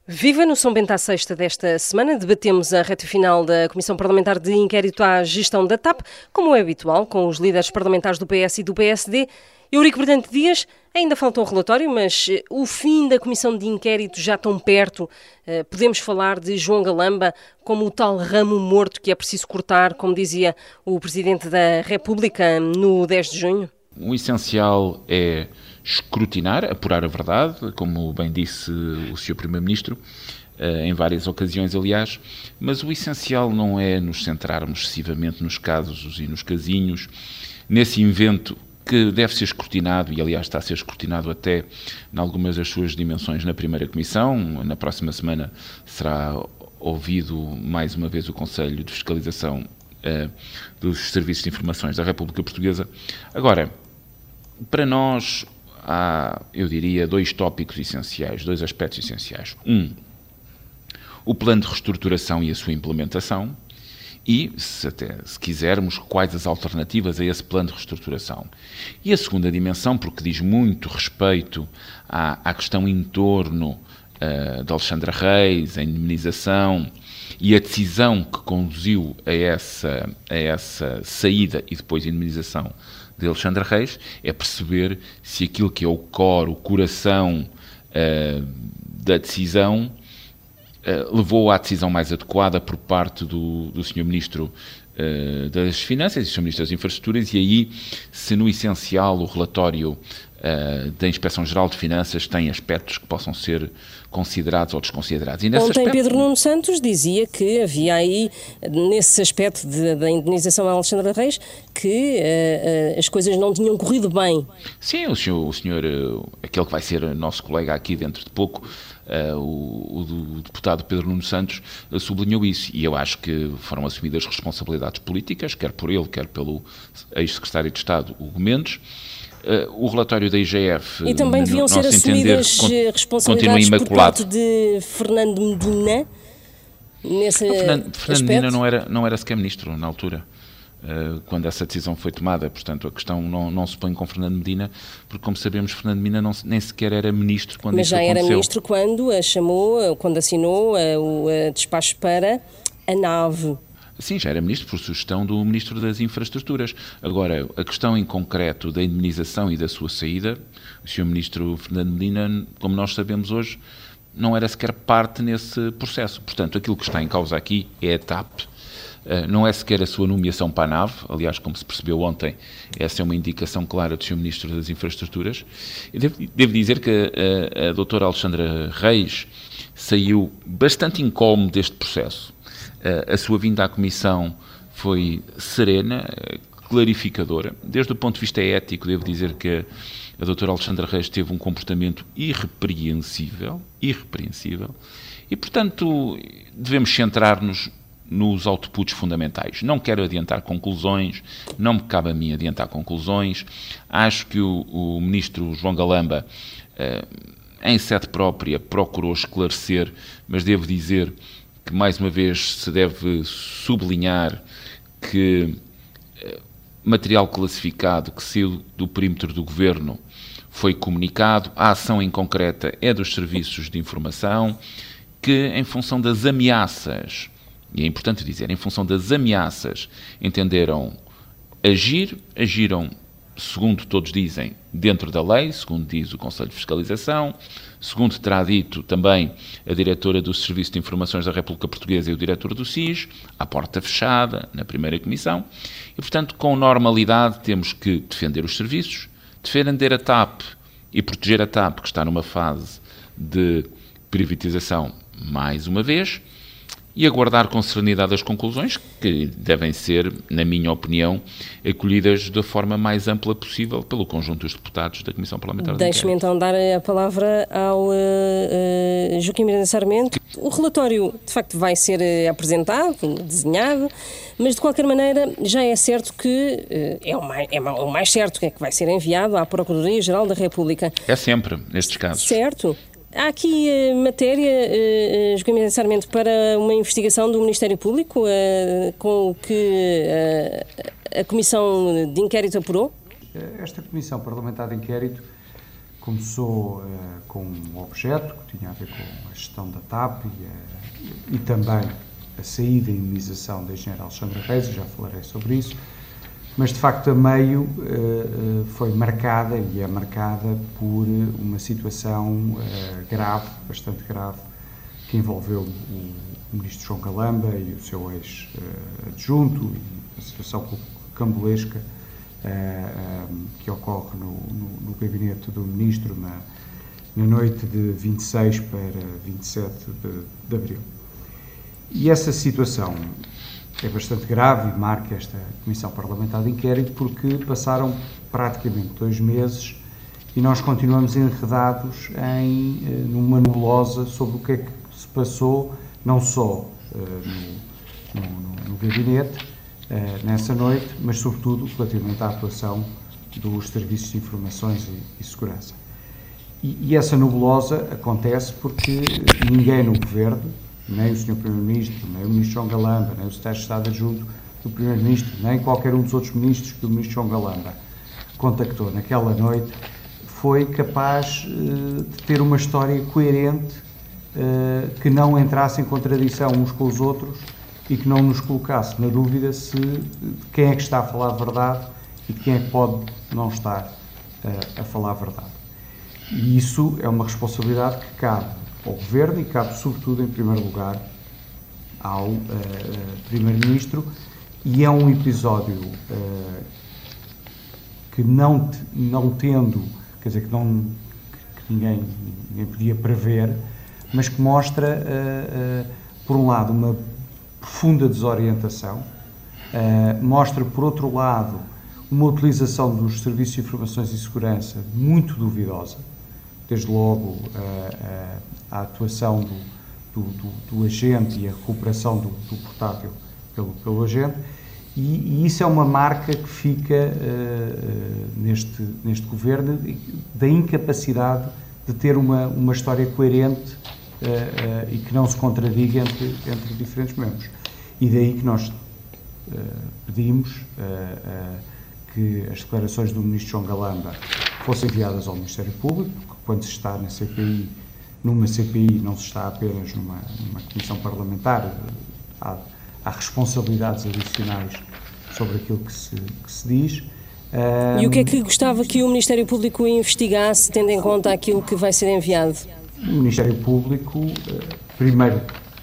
Viva! No São Bento à Sexta desta semana debatemos a reta final da Comissão Parlamentar de Inquérito à Gestão da TAP, como é habitual, com os líderes parlamentares do PS e do PSD. Eurico Brilhante Dias, ainda falta um relatório, mas o fim da Comissão de Inquérito já tão perto. Podemos falar de João Galamba como o tal ramo morto que é preciso cortar, como dizia o Presidente da República no 10 de junho? O essencial é escrutinar, apurar a verdade, como bem disse o Sr. Primeiro-Ministro, em várias ocasiões, aliás, mas o essencial não é nos centrarmos excessivamente nos casos e nos casinhos, nesse invento que deve ser escrutinado, e aliás está a ser escrutinado até em algumas das suas dimensões na primeira comissão. Na próxima semana será ouvido mais uma vez o Conselho de Fiscalização dos Serviços de Informações da República Portuguesa. Agora, para nós há, eu diria, dois tópicos essenciais, dois aspectos essenciais. O plano de reestruturação e a sua implementação e, se quisermos, quais as alternativas a esse plano de reestruturação. E a segunda dimensão, porque diz muito respeito à questão em torno de Alexandra Reis, a indemnização e a decisão que conduziu a essa saída e depois a indemnização de Alexandra Reis, é perceber se aquilo que é o core, o coração da decisão levou à decisão mais adequada por parte do Sr. Ministro das Finanças e do Sr. Ministro das Infraestruturas, e aí, se no essencial o relatório da Inspeção-Geral de Finanças tem aspectos que possam ser considerados ou desconsiderados. E nesse Ontem aspecto, Pedro Nuno Santos dizia que havia aí, nesse aspecto da indemnização a Alexandra Reis, que as coisas não tinham corrido bem. Sim, o senhor, aquele que vai ser nosso colega aqui dentro de pouco, o deputado Pedro Nuno Santos, sublinhou isso, e eu acho que foram assumidas responsabilidades políticas, quer por ele, quer pelo ex-secretário de Estado, Hugo Mendes. O relatório da IGF, e também deviam ser assumidas responsabilidades por parte de Fernando Medina nesse Fernando Medina não era sequer ministro na altura, quando essa decisão foi tomada. Portanto, a questão não se põe com Fernando Medina, porque, como sabemos, Fernando Medina nem sequer era ministro quando isso aconteceu. Mas já era ministro quando assinou o despacho para a nave. Sim, já era ministro por sugestão do Ministro das Infraestruturas. Agora, a questão em concreto da indemnização e da sua saída, o Sr. Ministro Fernando Medina, como nós sabemos hoje, não era sequer parte nesse processo. Portanto, aquilo que está em causa aqui é a TAP, não é sequer a sua nomeação para a nave. Aliás, como se percebeu ontem, essa é uma indicação clara do Sr. Ministro das Infraestruturas. Eu devo dizer que a doutora Alexandra Reis saiu bastante incómoda deste processo. A sua vinda à Comissão foi serena, clarificadora. Desde o ponto de vista ético, devo dizer que a doutora Alexandra Reis teve um comportamento irrepreensível, e, portanto, devemos centrar-nos nos outputs fundamentais. Não quero adiantar conclusões, não me cabe a mim adiantar conclusões. Acho que o ministro João Galamba, em sede própria, procurou esclarecer, mas devo dizer que, mais uma vez, se deve sublinhar que material classificado que saiu do perímetro do Governo foi comunicado, a ação em concreta é dos serviços de informação, que, em função das ameaças, e é importante dizer, em função das ameaças, entenderam agiram, segundo todos dizem, dentro da lei, segundo diz o Conselho de Fiscalização, segundo terá dito também a diretora do Serviço de Informações da República Portuguesa e o diretor do SIS, à porta fechada, na primeira comissão, e, portanto, com normalidade temos que defender os serviços, defender a TAP e proteger a TAP, que está numa fase de privatização mais uma vez, e aguardar com serenidade as conclusões, que devem ser, na minha opinião, acolhidas da forma mais ampla possível pelo conjunto dos deputados da Comissão Parlamentar de Inquérito. Deixe-me então dar a palavra ao Joaquim Miranda Sarmento. O relatório, de facto, vai ser apresentado, desenhado, mas, de qualquer maneira, já é certo que o mais certo é que vai ser enviado à Procuradoria-Geral da República. É sempre, nestes casos. Certo. Há aqui matéria, Joaquim Miranda Sarmento, para uma investigação do Ministério Público, com o que a Comissão de Inquérito apurou? Esta Comissão Parlamentar de Inquérito começou com um objeto que tinha a ver com a gestão da TAP e também a saída e indemnização da engenheira Alexandra Reis, já falarei sobre isso, mas de facto a meio foi marcada e é marcada por uma situação grave, bastante grave, que envolveu o ministro João Galamba e o seu ex-adjunto, e a situação cambolesca que ocorre no gabinete do ministro na noite de 26 para 27 de abril. E essa situação é bastante grave e marca esta Comissão Parlamentar de Inquérito porque passaram praticamente 2 meses e nós continuamos enredados numa nebulosa sobre o que é que se passou, não só no gabinete, nessa noite, mas sobretudo relativamente à atuação dos Serviços de Informações e Segurança. E essa nebulosa acontece porque ninguém no Governo, nem o Sr. Primeiro-Ministro, nem o Ministro João Galamba, nem o Secretário de Estado Adjunto do Primeiro-Ministro, nem qualquer um dos outros ministros que o Ministro João Galamba contactou naquela noite, foi capaz de ter uma história coerente, que não entrasse em contradição uns com os outros e que não nos colocasse na dúvida de quem é que está a falar a verdade e de quem é que pode não estar a falar a verdade. E isso é uma responsabilidade que cabe ao Governo e cabe, sobretudo, em primeiro lugar, ao Primeiro-Ministro, e é um episódio que não tendo, quer dizer, que ninguém podia prever, mas que mostra, por um lado, uma profunda desorientação, mostra, por outro lado, uma utilização dos Serviços de Informações e Segurança muito duvidosa, desde logo a atuação do agente e a recuperação do portátil pelo agente, e isso é uma marca que fica neste Governo da incapacidade de ter uma história coerente e que não se contradiga entre diferentes membros. E daí que nós pedimos que as declarações do Ministro João Galamba fossem enviadas ao Ministério Público, porque quando se está numa CPI não se está apenas numa comissão parlamentar, há responsabilidades adicionais sobre aquilo que se diz. E o que é que gostava que o Ministério Público investigasse, tendo em conta aquilo que vai ser enviado? O Ministério Público, primeiro,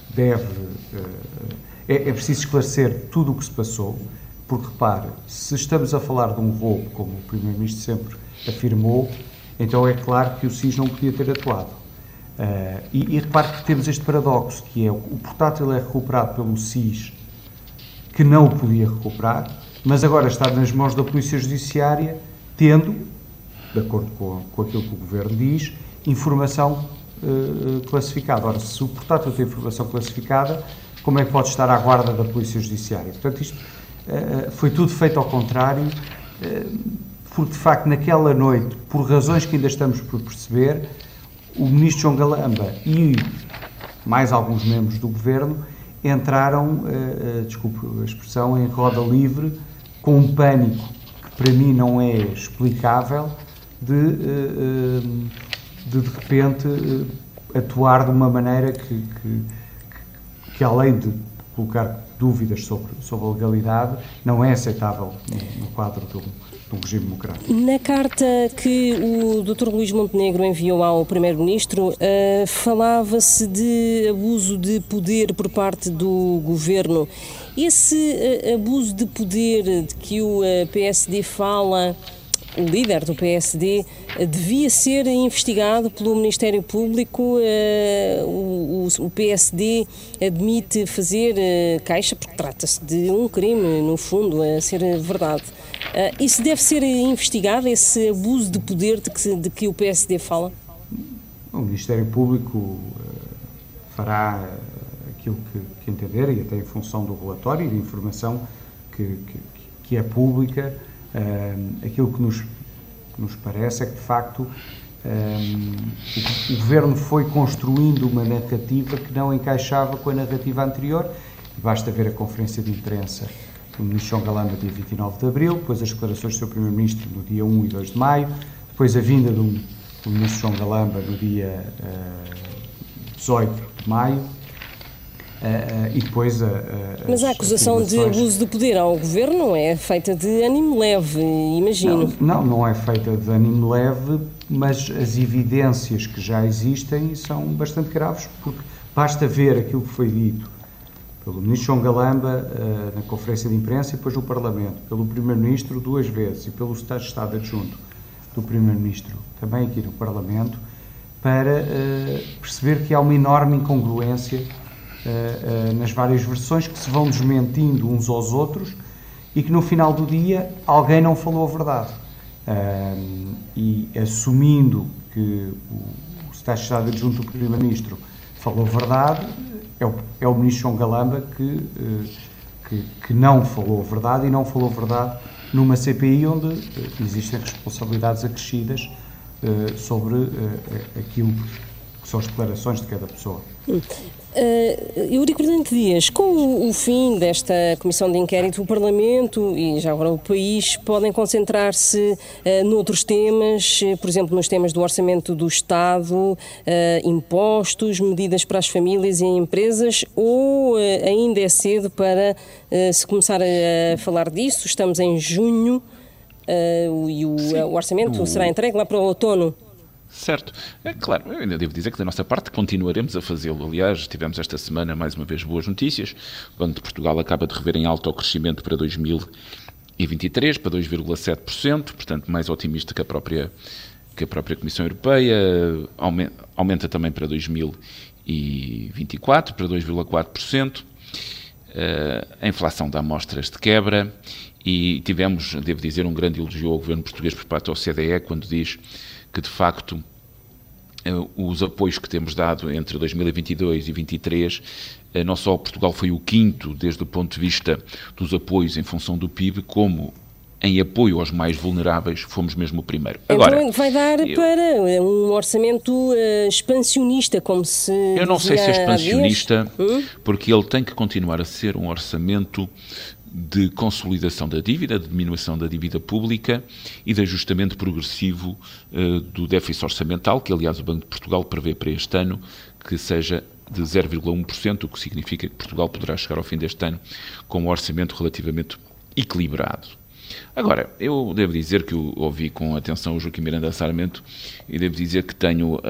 é preciso esclarecer tudo o que se passou, porque, repare, se estamos a falar de um roubo, como o Primeiro-Ministro sempre afirmou, então é claro que o SIS não podia ter atuado. E repare que temos este paradoxo, que é o portátil é recuperado pelo SIS, que não o podia recuperar, mas agora está nas mãos da Polícia Judiciária, tendo, de acordo com aquilo que o Governo diz, informação classificada. Ora, se o portátil tem informação classificada, como é que pode estar à guarda da Polícia Judiciária? Portanto, isto foi tudo feito ao contrário, porque, de facto, naquela noite, por razões que ainda estamos por perceber, o Ministro João Galamba e mais alguns membros do Governo entraram, desculpe a expressão, em roda livre, com um pânico que para mim não é explicável, de repente atuar de uma maneira que além de colocar dúvidas sobre a legalidade, não é aceitável no quadro de um regime democrático. Na carta que o Dr. Luís Montenegro enviou ao Primeiro-Ministro, falava-se de abuso de poder por parte do Governo. Esse abuso de poder de que o PSD fala, o líder do PSD, devia ser investigado pelo Ministério Público. O PSD admite fazer queixa, porque trata-se de um crime, no fundo, a ser verdade. Isso deve ser investigado, esse abuso de poder de que o PSD fala? O Ministério Público fará aquilo que entender, e até em função do relatório e da informação que é pública. Aquilo que nos parece é que, de facto, o Governo foi construindo uma narrativa que não encaixava com a narrativa anterior. Basta ver a conferência de imprensa do Ministro João Galamba, dia 29 de abril, depois as declarações do Sr. Primeiro-Ministro no dia 1 e 2 de maio, depois a vinda o ministro João Galamba no dia 18 de maio. E depois Mas a acusação de abuso de poder ao Governo não é feita de ânimo leve, imagino. Não é feita de ânimo leve, mas as evidências que já existem são bastante graves, porque basta ver aquilo que foi dito pelo ministro João Galamba na conferência de imprensa e depois no Parlamento, pelo Primeiro-Ministro 2 vezes e pelo Secretário de Estado Adjunto do Primeiro-Ministro, também aqui no Parlamento, para perceber que há uma enorme incongruência nas várias versões que se vão desmentindo uns aos outros e que no final do dia alguém não falou a verdade. E assumindo que o Secretário de Estado Adjunto do Primeiro-Ministro falou a verdade, é o ministro João Galamba que não falou a verdade, e não falou a verdade numa CPI onde existem responsabilidades acrescidas sobre aquilo que são as declarações de cada pessoa. Eurico Brilhante Dias, com o fim desta comissão de inquérito, o Parlamento e já agora o país podem concentrar-se noutros temas, por exemplo, nos temas do orçamento do Estado, impostos, medidas para as famílias e empresas, ou ainda é cedo para se começar a falar disso? Estamos em junho e o orçamento será entregue lá para o outono. Certo. É claro, eu ainda devo dizer que da nossa parte continuaremos a fazê-lo. Aliás, tivemos esta semana mais uma vez boas notícias, quando Portugal acaba de rever em alta o crescimento para 2023, para 2,7%, portanto mais otimista que a própria Comissão Europeia, aumenta também para 2024, para 2,4%, a inflação dá amostras de quebra e tivemos, devo dizer, um grande elogio ao governo português por parte da OCDE, quando diz que, de facto, os apoios que temos dado entre 2022 e 2023, não só Portugal foi o quinto desde o ponto de vista dos apoios em função do PIB, como em apoio aos mais vulneráveis fomos mesmo o primeiro. Agora, então vai dar para um orçamento expansionista, como se eu não sei se é expansionista, porque ele tem que continuar a ser um orçamento de consolidação da dívida, de diminuição da dívida pública e de ajustamento progressivo do déficit orçamental, que aliás o Banco de Portugal prevê para este ano que seja de 0,1%, o que significa que Portugal poderá chegar ao fim deste ano com um orçamento relativamente equilibrado. Agora, eu devo dizer que eu ouvi com atenção o Joaquim Miranda Sarmento e devo dizer que tenho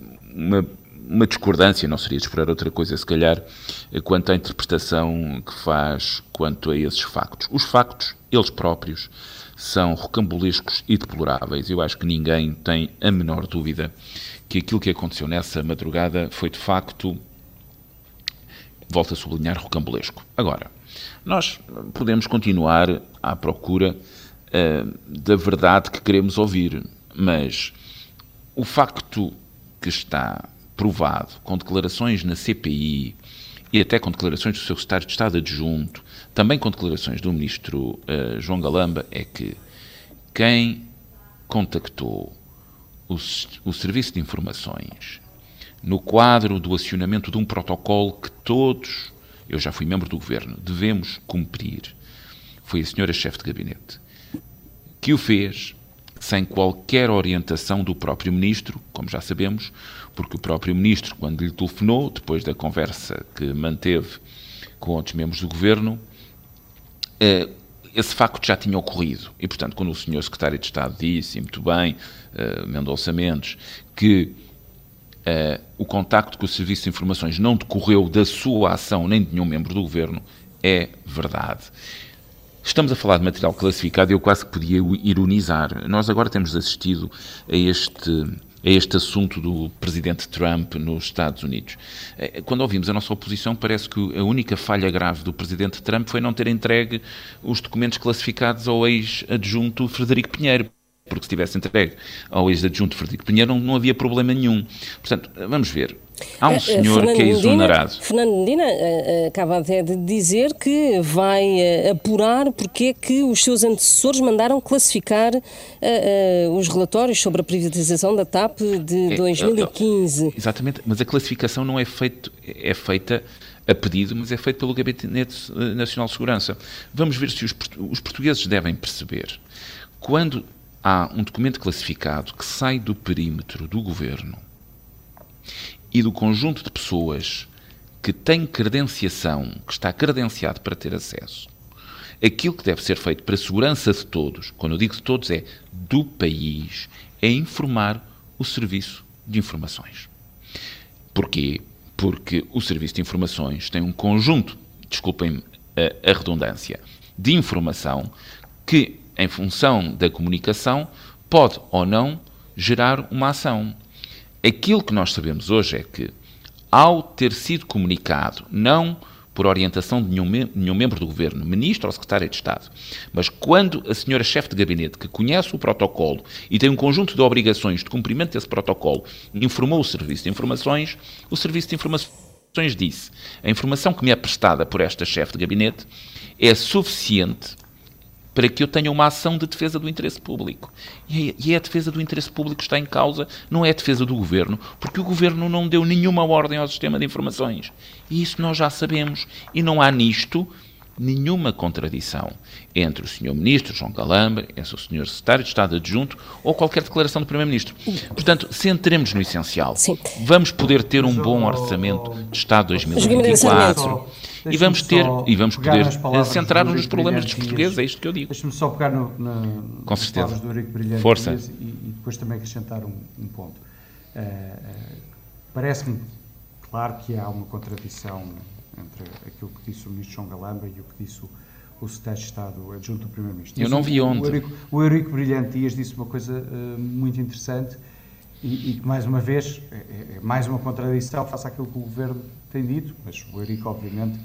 uma discordância, não seria de esperar outra coisa, se calhar, quanto à interpretação que faz quanto a esses factos. Os factos, eles próprios, são rocambolescos e deploráveis. Eu acho que ninguém tem a menor dúvida que aquilo que aconteceu nessa madrugada foi, de facto, volto a sublinhar, rocambolesco. Agora, nós podemos continuar à procura da verdade que queremos ouvir, mas o facto que está provado, com declarações na CPI e até com declarações do seu secretário de Estado Adjunto, também com declarações do ministro João Galamba, é que quem contactou o Serviço de Informações no quadro do acionamento de um protocolo que todos, eu já fui membro do Governo, devemos cumprir, foi a senhora chefe de gabinete, que o fez sem qualquer orientação do próprio Ministro, como já sabemos, porque o próprio Ministro, quando lhe telefonou, depois da conversa que manteve com outros membros do Governo, esse facto já tinha ocorrido. E, portanto, quando o Sr. Secretário de Estado disse, e muito bem, Mendonça Mendes, que o contacto com o Serviço de Informações não decorreu da sua ação nem de nenhum membro do Governo, é verdade. Estamos a falar de material classificado e eu quase que podia ironizar. Nós agora temos assistido a este assunto do presidente Trump nos Estados Unidos. Quando ouvimos a nossa oposição, parece que a única falha grave do presidente Trump foi não ter entregue os documentos classificados ao ex-adjunto Frederico Pinheiro. Porque se tivesse entregue ao ex-adjunto Frederico Pinheiro não havia problema nenhum. Portanto, vamos ver. Há um senhor que é exonerado. Fernando Medina acaba até de dizer que vai apurar porque é que os seus antecessores mandaram classificar os relatórios sobre a privatização da TAP de 2015. Exatamente, mas a classificação não é feita a pedido, mas é feita pelo Gabinete Nacional de Segurança. Vamos ver se os portugueses devem perceber. Quando há um documento classificado que sai do perímetro do Governo e do conjunto de pessoas que tem credenciação, que está credenciado para ter acesso, aquilo que deve ser feito para a segurança de todos, quando eu digo de todos é do país, é informar o Serviço de Informações. Porquê? Porque o Serviço de Informações tem um conjunto, desculpem-me a redundância, de informação que, em função da comunicação, pode ou não gerar uma ação. Aquilo que nós sabemos hoje é que, ao ter sido comunicado, não por orientação de nenhum membro do Governo, Ministro ou Secretário de Estado, mas quando a senhora chefe de gabinete, que conhece o protocolo e tem um conjunto de obrigações de cumprimento desse protocolo, informou o Serviço de Informações, o Serviço de Informações disse: a informação que me é prestada por esta chefe de gabinete é suficiente para que eu tenha uma ação de defesa do interesse público. E é a defesa do interesse público que está em causa, não é a defesa do Governo, porque o Governo não deu nenhuma ordem ao sistema de informações. E isso nós já sabemos. E não há nisto nenhuma contradição entre o Sr. Ministro João Galamba, entre o Sr. Secretário de Estado Adjunto ou qualquer declaração do Primeiro-Ministro. Portanto, centremos no essencial. Sim. Vamos poder ter um bom orçamento de Estado 2024 e vamos poder centrar-nos nos problemas dos portugueses, é isto que eu digo. Deixa-me só pegar Com certeza. palavras do Eurico Brilhante Força. Dias e depois também acrescentar um ponto. Parece-me claro que há uma contradição entre aquilo que disse o Ministro João Galamba e o que disse o Secretário de Estado Adjunto do Primeiro-Ministro. Eu não vi onde. O Eurico Brilhante Dias disse uma coisa muito interessante e que, mais uma vez, é mais uma contradição face àquilo que o Governo tem dito, mas o Eurico, obviamente,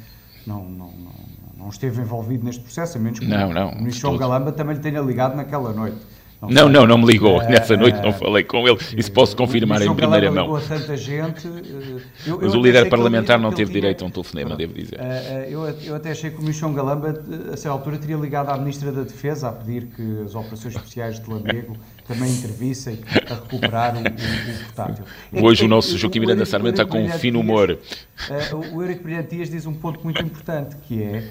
não esteve envolvido neste processo, a menos que o Ministro João Galamba também lhe tenha ligado naquela noite. Não me ligou. Nessa noite não falei com ele. Isso posso confirmar em primeira mão. A tanta gente, mas o líder parlamentar não teve direito a um telefonema, devo dizer. Eu até achei que o Ministro João Galamba, a certa altura, teria ligado à Ministra da Defesa a pedir que as operações especiais de Lamego também intervissem a recuperar o portátil. Hoje o nosso Joaquim Miranda Sarmento está com um fino humor. O Eurico Brilhante Dias diz um ponto muito importante, que é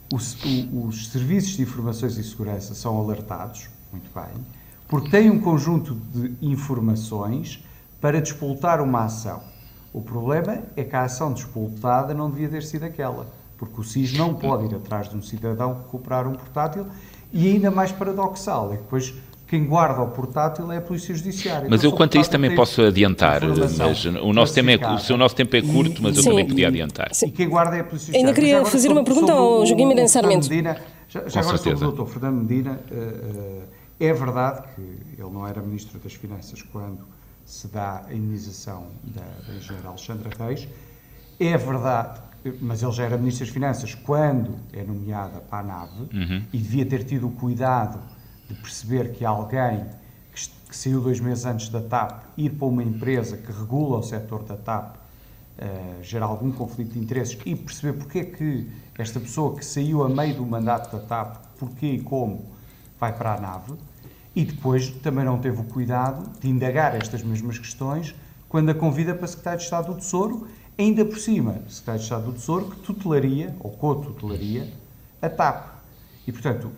os serviços de informações e segurança são alertados, muito bem, porque têm um conjunto de informações para despoltar uma ação. O problema é que a ação despoltada não devia ter sido aquela, porque o SIS não pode ir atrás de um cidadão recuperar um portátil e ainda mais paradoxal, é que depois quem guarda o portátil é a Polícia Judiciária. Mas eu quanto a isso também posso adiantar, mas o nosso tempo é curto, mas eu também podia adiantar. E quem guarda é a Polícia Judiciária. Ainda queria fazer uma pergunta ao Joaquim Miranda Sarmento. Já agora sobre o Dr. Fernando Medina, é verdade que ele não era Ministro das Finanças quando se dá a indenização da engenheira Alexandra Reis. É verdade, mas ele já era Ministro das Finanças quando é nomeada para a nave e devia ter tido o cuidado de perceber que alguém que saiu 2 meses antes da TAP ir para uma empresa que regula o setor da TAP gera algum conflito de interesses e perceber porque é que esta pessoa que saiu a meio do mandato da TAP, porquê e como, vai para a nave, e depois também não teve o cuidado de indagar estas mesmas questões quando a convida para Secretário de Estado do Tesouro, ainda por cima, Secretário de Estado do Tesouro que tutelaria, ou co-tutelaria, a TAP. E, portanto,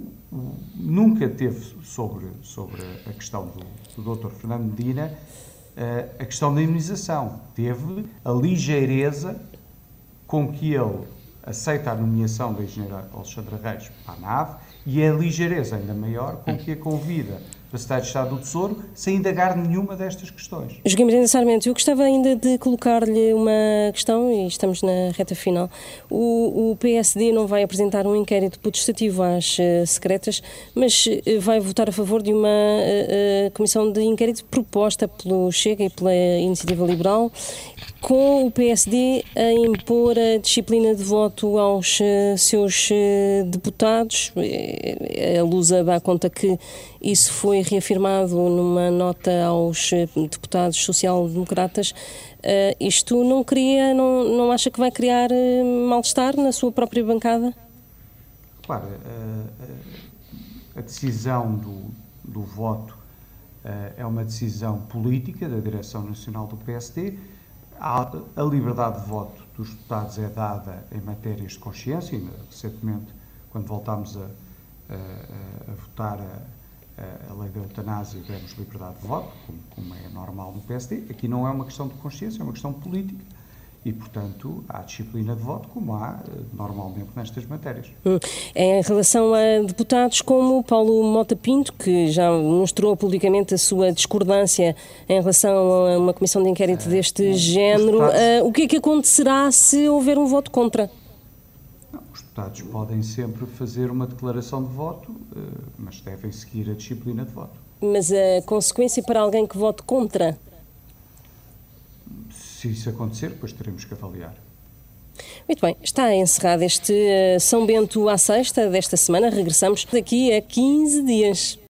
nunca teve sobre a questão do Dr. Fernando Medina a questão da imunização. Teve a ligeireza com que ele aceita a nomeação da engenheira Alexandra Reis para a nave e a ligeireza ainda maior com que a convida para o Secretário de Estado do Tesouro sem indagar nenhuma destas questões. Joaquim Miranda Sarmento, eu gostava ainda de colocar-lhe uma questão, e estamos na reta final. O PSD não vai apresentar um inquérito potestativo às secretas, mas vai votar a favor de uma comissão de inquérito proposta pelo Chega e pela Iniciativa Liberal, com o PSD a impor a disciplina de voto aos seus deputados. A Lusa dá conta que isso foi reafirmado numa nota aos deputados social-democratas. Isto não acha que vai criar mal-estar na sua própria bancada? Claro, a decisão do voto é uma decisão política da Direção Nacional do PSD. A liberdade de voto dos deputados é dada em matérias de consciência, e recentemente, quando voltámos a votar a lei da eutanásia demos liberdade de voto, como é normal no PSD. Aqui não é uma questão de consciência, é uma questão política. E, portanto, há disciplina de voto, como há normalmente nestas matérias. Em relação a deputados como Paulo Mota Pinto, que já mostrou publicamente a sua discordância em relação a uma comissão de inquérito deste género, o que é que acontecerá se houver um voto contra? Não, os deputados podem sempre fazer uma declaração de voto, mas devem seguir a disciplina de voto. Mas a consequência para alguém que vote contra? Se isso acontecer, depois teremos que avaliar. Muito bem, está encerrado este São Bento à Sexta desta semana. Regressamos daqui a 15 dias.